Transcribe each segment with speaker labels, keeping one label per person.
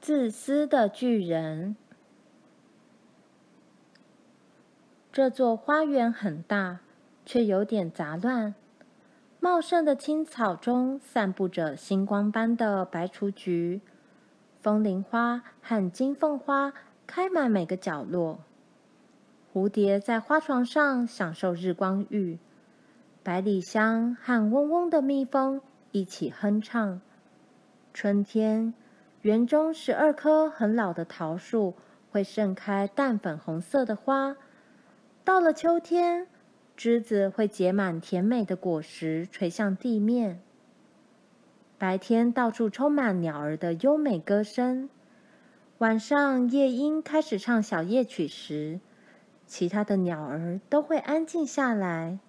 Speaker 1: 自私的巨人。这座花园很大，却有点杂乱。茂盛的青草中散布着星光般的白雏菊，风铃花和金凤花开满每个角落。蝴蝶在花床上享受日光浴，百里香和嗡嗡的蜜蜂一起哼唱。春天，园中12棵很老的桃树会盛开淡粉红色的花。到了秋天，枝子会结满甜美的果实，垂向地面。白天到处充满鸟儿的优美歌声。晚上，夜莺开始唱小夜曲时，其他的鸟儿都会安静下来。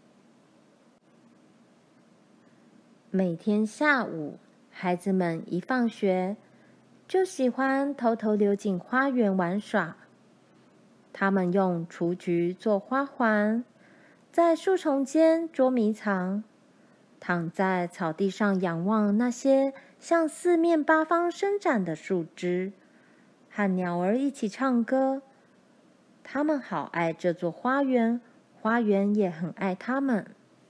Speaker 1: 每天下午，孩子们一放学，就喜欢偷偷溜进花园玩耍。他们用雏菊做花环，在树丛间捉迷藏，躺在草地上仰望那些向四面八方伸展的树枝，和鸟儿一起唱歌。他们好爱这座花园，花园也很爱他们。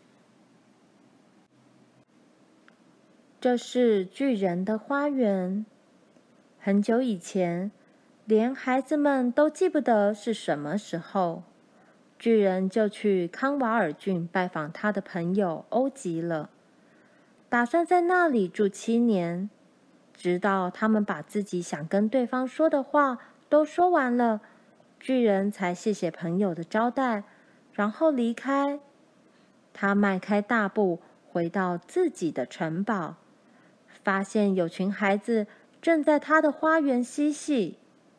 Speaker 1: 这是巨人的花园。很久以前，连孩子们都记不得是什么时候，巨人就去康瓦尔郡拜访他的朋友欧吉了，打算在那里住7年，直到他们把自己想跟对方说的话都说完了，巨人才谢谢朋友的招待，然后离开。他迈开大步回到自己的城堡，发现有群孩子正在他的花园嬉戏。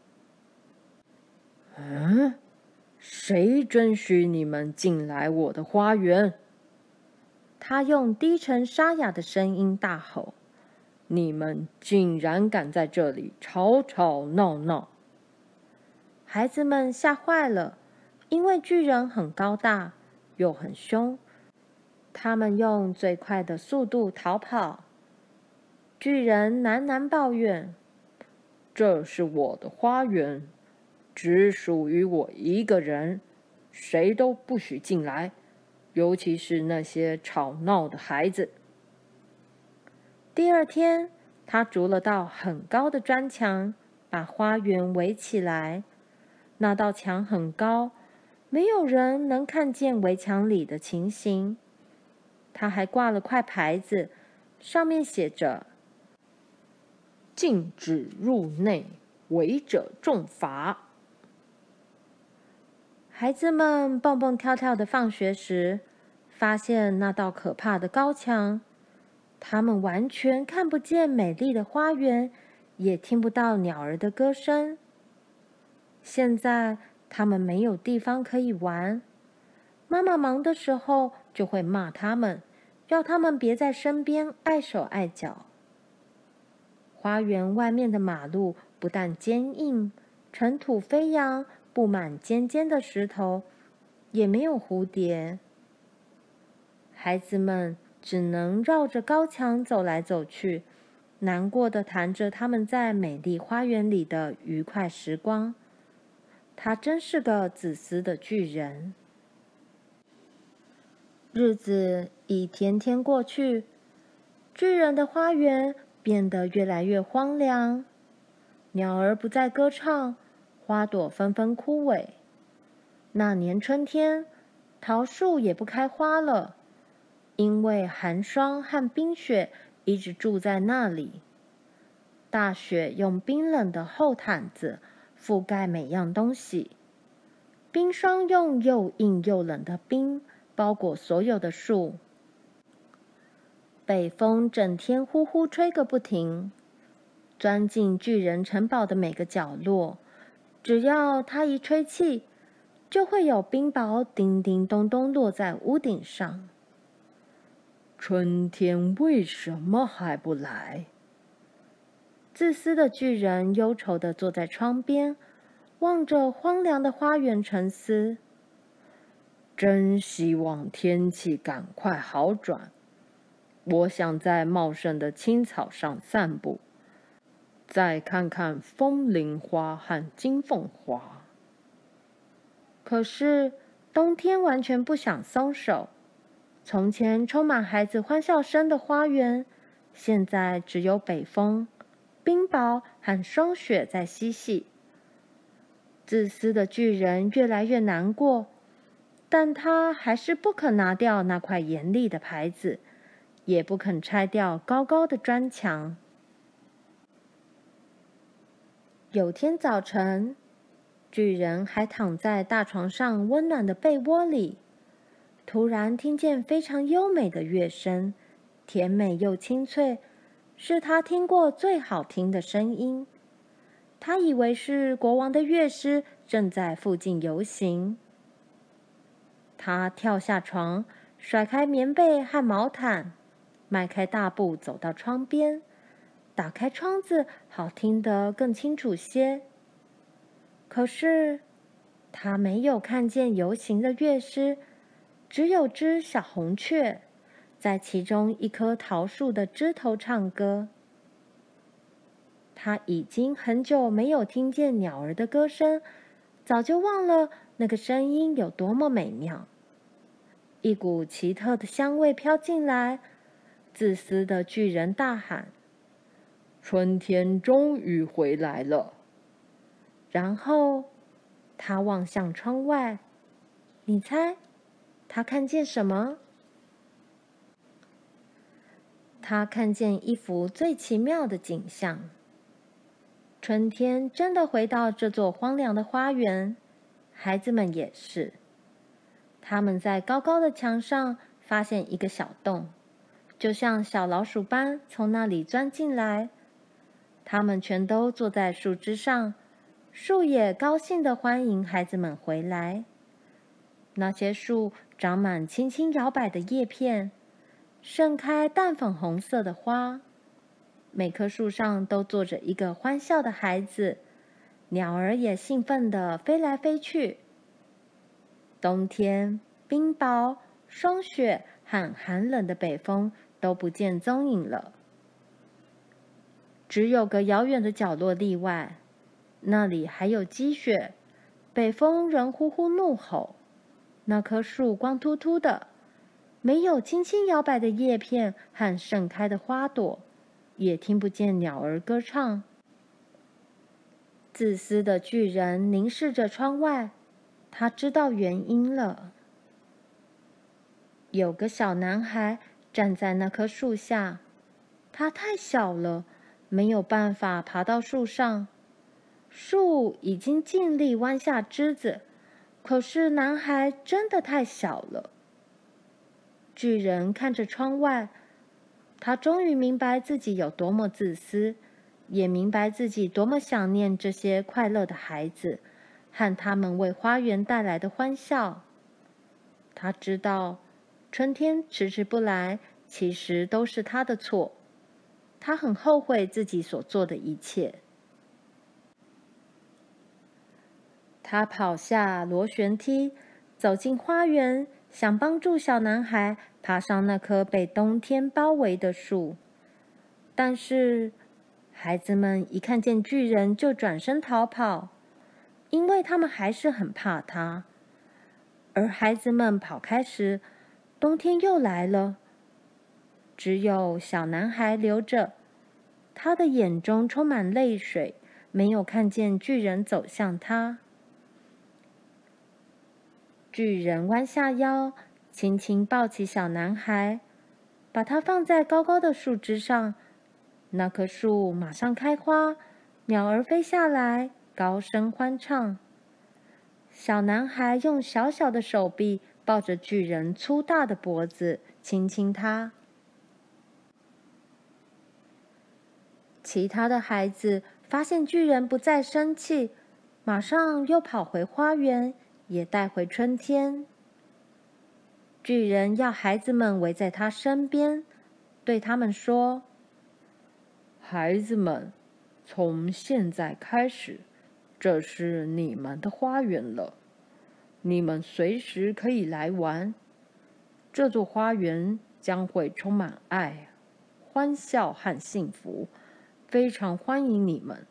Speaker 2: 谁准许你们进来我的花园？
Speaker 1: 他用低沉沙哑的声音大吼：“
Speaker 2: 你们竟然敢在这里吵吵闹闹！”
Speaker 1: 孩子们吓坏了，因为巨人很高大，又很凶。他们用最快的速度逃跑。巨人喃喃抱怨：“
Speaker 2: 这是我的花园，只属于我一个人，谁都不许进来，尤其是那些吵闹的孩子。”
Speaker 1: 第二天，他筑了道很高的砖墙，把花园围起来。那道墙很高，没有人能看见围墙里的情形。他还挂了块牌子，上面写着：“
Speaker 2: 禁止入内，违者重罚。”
Speaker 1: 孩子们蹦蹦跳跳的放学时，发现那道可怕的高墙，他们完全看不见美丽的花园，也听不到鸟儿的歌声。现在他们没有地方可以玩，妈妈忙的时候就会骂他们，要他们别在身边碍手碍脚。花园外面的马路不但坚硬，尘土飞扬，布满尖尖的石头，也没有蝴蝶。孩子们只能绕着高墙走来走去，难过地谈着他们在美丽花园里的愉快时光。他真是个自私的巨人。日子一天天过去，巨人的花园变得越来越荒凉，鸟儿不再歌唱，花朵纷纷枯萎。那年春天，桃树也不开花了，因为寒霜和冰雪一直住在那里。大雪用冰冷的厚毯子覆盖每样东西，冰霜用又硬又冷的冰包裹所有的树。北风整天呼呼吹个不停，钻进巨人城堡的每个角落。只要他一吹气，就会有冰雹叮叮咚咚落在屋顶上。
Speaker 2: 春天为什么还不来？
Speaker 1: 自私的巨人忧愁地坐在窗边，望着荒凉的花园沉思。
Speaker 2: 真希望天气赶快好转。我想在茂盛的青草上散步， 再看看风铃花和金凤花。
Speaker 1: 可是冬天完全不想松手。从前充满孩子欢笑声的花园，现在只有北风、冰雹和霜雪在嬉戏。自私的巨人越来越难过，但他还是不肯拿掉那块严厉的牌子，也不肯拆掉高高的砖墙。有天早晨，巨人还躺在大床上温暖的被窝里，突然听见非常优美的乐声，甜美又清脆，是他听过最好听的声音。他以为是国王的乐师正在附近游行。他跳下床，甩开棉被和毛毯，迈开大步走到窗边，打开窗子，好听得更清楚些。可是他没有看见游行的乐师，只有只小红雀在其中一棵桃树的枝头唱歌。他已经很久没有听见鸟儿的歌声，早就忘了那个声音有多么美妙。一股奇特的香味飘进来，自私的巨人大喊：“
Speaker 2: 春天终于回来了！”
Speaker 1: 然后他望向窗外，你猜他看见什么？他看见一幅最奇妙的景象。春天真的回到这座荒凉的花园，孩子们也是。他们在高高的墙上发现一个小洞，就像小老鼠般从那里钻进来。他们全都坐在树枝上，树也高兴地欢迎孩子们回来。那些树长满轻轻摇摆的叶片，盛开淡粉红色的花。每棵树上都坐着一个欢笑的孩子，鸟儿也兴奋地飞来飞去。冬天、冰雹、霜雪和寒冷的北风都不见踪影了。只有个遥远的角落例外，那里还有积雪，北风仍呼呼怒吼。那棵树光秃秃的，没有轻轻摇摆的叶片和盛开的花朵，也听不见鸟儿歌唱。自私的巨人凝视着窗外，他知道原因了。有个小男孩站在那棵树下，他太小了，没有办法爬到树上。树已经尽力弯下枝子，可是男孩真的太小了。巨人看着窗外，他终于明白自己有多么自私，也明白自己多么想念这些快乐的孩子和他们为花园带来的欢笑。他知道春天迟迟不来，其实都是他的错。他很后悔自己所做的一切。他跑下螺旋梯，走进花园，想帮助小男孩爬上那棵被冬天包围的树。但是孩子们一看见巨人就转身逃跑，因为他们还是很怕他。而孩子们跑开时，冬天又来了。只有小男孩留着，他的眼中充满泪水，没有看见巨人走向他。巨人弯下腰，轻轻抱起小男孩，把他放在高高的树枝上。那棵树马上开花，鸟儿飞下来，高声欢唱。小男孩用小小的手臂抱着巨人粗大的脖子，亲亲他。其他的孩子发现巨人不再生气，马上又跑回花园，也带回春天。巨人要孩子们围在他身边，对他们说：“
Speaker 2: 孩子们，从现在开始，这是你们的花园了。你们随时可以来玩。这座花园将会充满爱、欢笑和幸福。 非常欢迎你们。”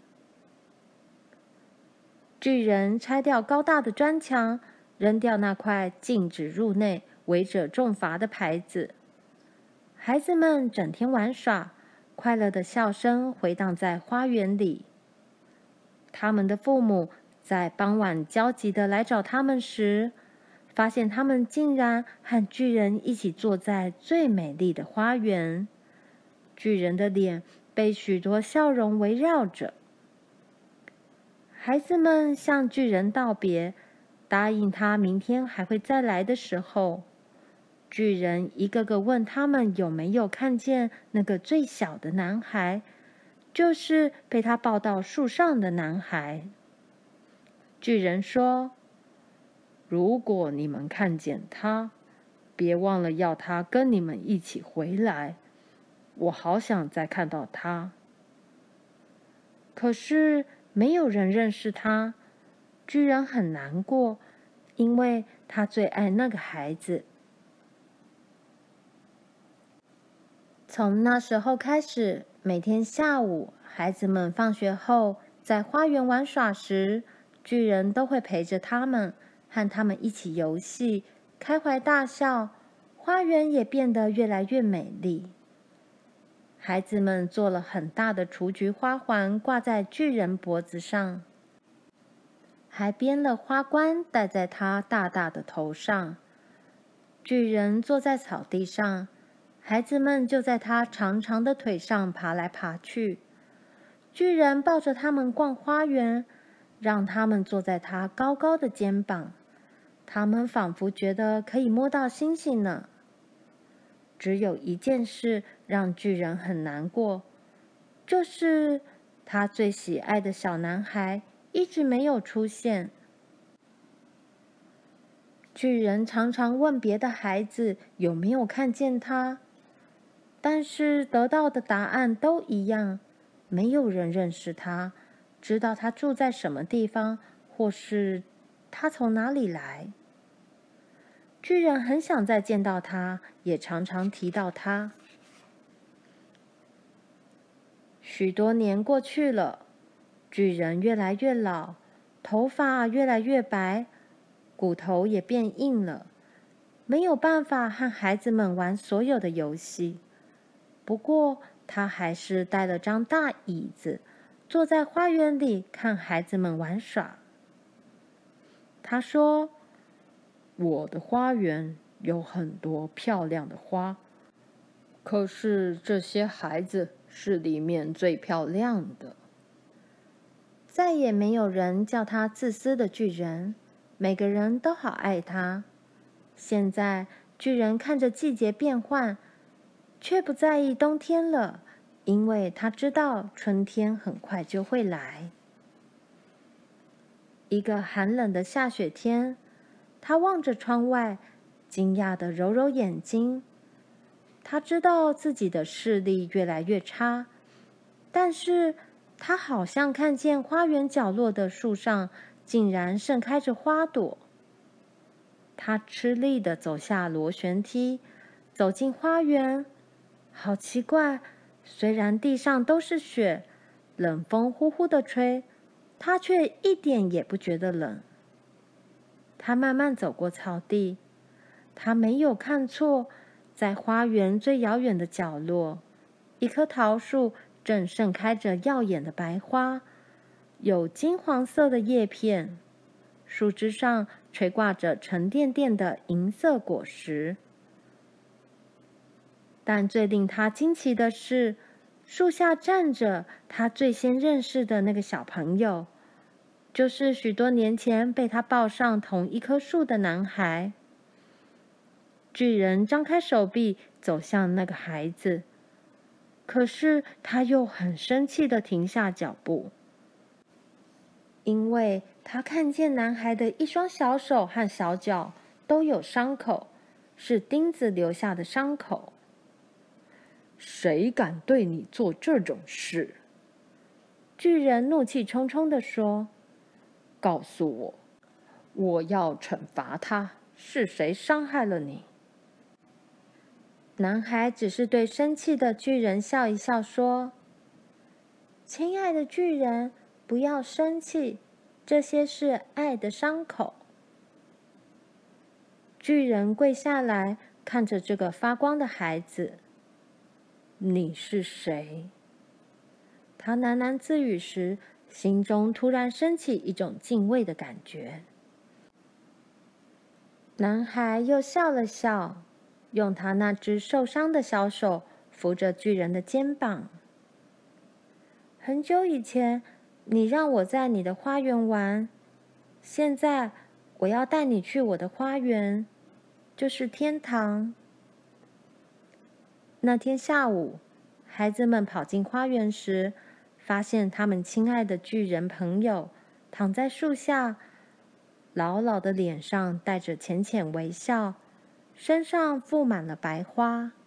Speaker 1: 巨人拆掉高大的砖墙，扔掉那块禁止入内、违者重罚的牌子。孩子们整天玩耍，快乐的笑声回荡在花园里。他们的父母在傍晚焦急地来找他们时，发现他们竟然和巨人一起坐在最美丽的花园。巨人的脸被许多笑容围绕着。孩子们向巨人道别，答应他明天还会再来的时候，巨人一个个问他们有没有看见那个最小的男孩，就是被他抱到树上的男孩。巨人说：“
Speaker 2: 如果你们看见他，别忘了要他跟你们一起回来，我好想再看到他。”
Speaker 1: 可是没有人认识他，巨人很难过，因为他最爱那个孩子。从那时候开始，每天下午，孩子们放学后在花园玩耍时，巨人都会陪着他们，和他们一起游戏，开怀大笑。花园也变得越来越美丽。孩子们做了很大的雏菊花环，挂在巨人脖子上，还编了花冠戴在他大大的头上。巨人坐在草地上，孩子们就在他长长的腿上爬来爬去。巨人抱着他们逛花园，让他们坐在他高高的肩膀，他们仿佛觉得可以摸到星星呢。只有一件事让巨人很难过，就是他最喜爱的小男孩一直没有出现。巨人常常问别的孩子有没有看见他，但是得到的答案都一样，没有人认识他，知道他住在什么地方，或是他从哪里来。巨人很想再见到他，也常常提到他。许多年过去了，巨人越来越老，头发越来越白，骨头也变硬了，没有办法和孩子们玩所有的游戏。不过，他还是带了张大椅子，坐在花园里看孩子们玩耍。他说：“
Speaker 2: 我的花园有很多漂亮的花，可是这些孩子是里面最漂亮的。”
Speaker 1: 再也没有人叫他自私的巨人，每个人都好爱他。现在，巨人看着季节变换，却不在意冬天了，因为他知道春天很快就会来。一个寒冷的下雪天，他望着窗外，惊讶地揉揉眼睛。他知道自己的视力越来越差，但是他好像看见花园角落的树上竟然盛开着花朵。他吃力地走下螺旋梯，走进花园。好奇怪，虽然地上都是雪，冷风呼呼地吹，他却一点也不觉得冷。他慢慢走过草地，他没有看错，在花园最遥远的角落，一棵桃树正盛开着耀眼的白花，有金黄色的叶片，树枝上垂挂着沉甸甸的银色果实。但最令他惊奇的是，树下站着他最先认识的那个小朋友，就是许多年前被他抱上同一棵树的男孩。巨人张开手臂走向那个孩子，可是他又很生气地停下脚步，因为他看见男孩的一双小手和小脚都有伤口，是钉子留下的伤口。
Speaker 2: 谁敢对你做这种事？
Speaker 1: 巨人怒气冲冲地说：“
Speaker 2: 告诉我，我要惩罚他，是谁伤害了你？”
Speaker 1: 男孩只是对生气的巨人笑一笑，说：“ 亲爱的巨人，不要生气，这些是爱的伤口。”巨人跪下来，看着这个发光的孩子。“你是谁？”他喃喃自语时，心中突然升起一种敬畏的感觉。男孩又笑了笑，用他那只受伤的小手扶着巨人的肩膀。“很久以前，你让我在你的花园玩，现在我要带你去我的花园，就是天堂。”那天下午，孩子们跑进花园时，发现他们亲爱的巨人朋友躺在树下，老老的脸上带着浅浅微笑，身上覆满了白花。